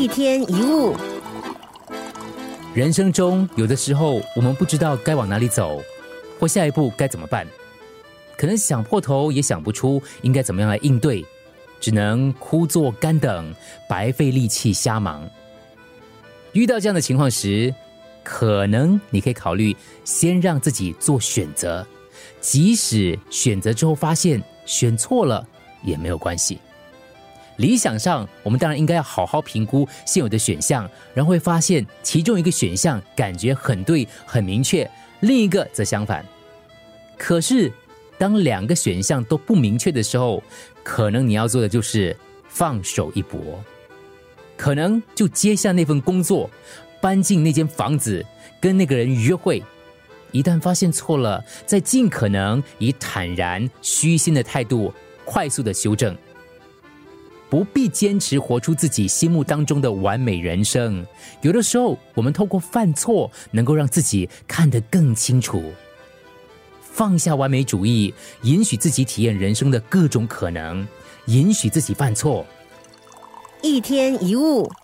一天一物。 人生中有的时候我们不知道该往哪里走，或下一步该怎么办，可能想破头也想不出应该怎么样来应对，只能枯坐干等，白费力气瞎忙。遇到这样的情况时，可能你可以考虑先让自己做选择，即使选择之后发现选错了也没有关系。理想上，我们当然应该要好好评估现有的选项，然后会发现其中一个选项感觉很对、很明确，另一个则相反。可是，当两个选项都不明确的时候，可能你要做的就是放手一搏，可能就接下那份工作，搬进那间房子，跟那个人约会。一旦发现错了，再尽可能以坦然、虚心的态度，快速的修正。不必坚持活出自己心目当中的完美人生，有的时候我们透过犯错能够让自己看得更清楚。放下完美主义，允许自己体验人生的各种可能，允许自己犯错。 一天一物。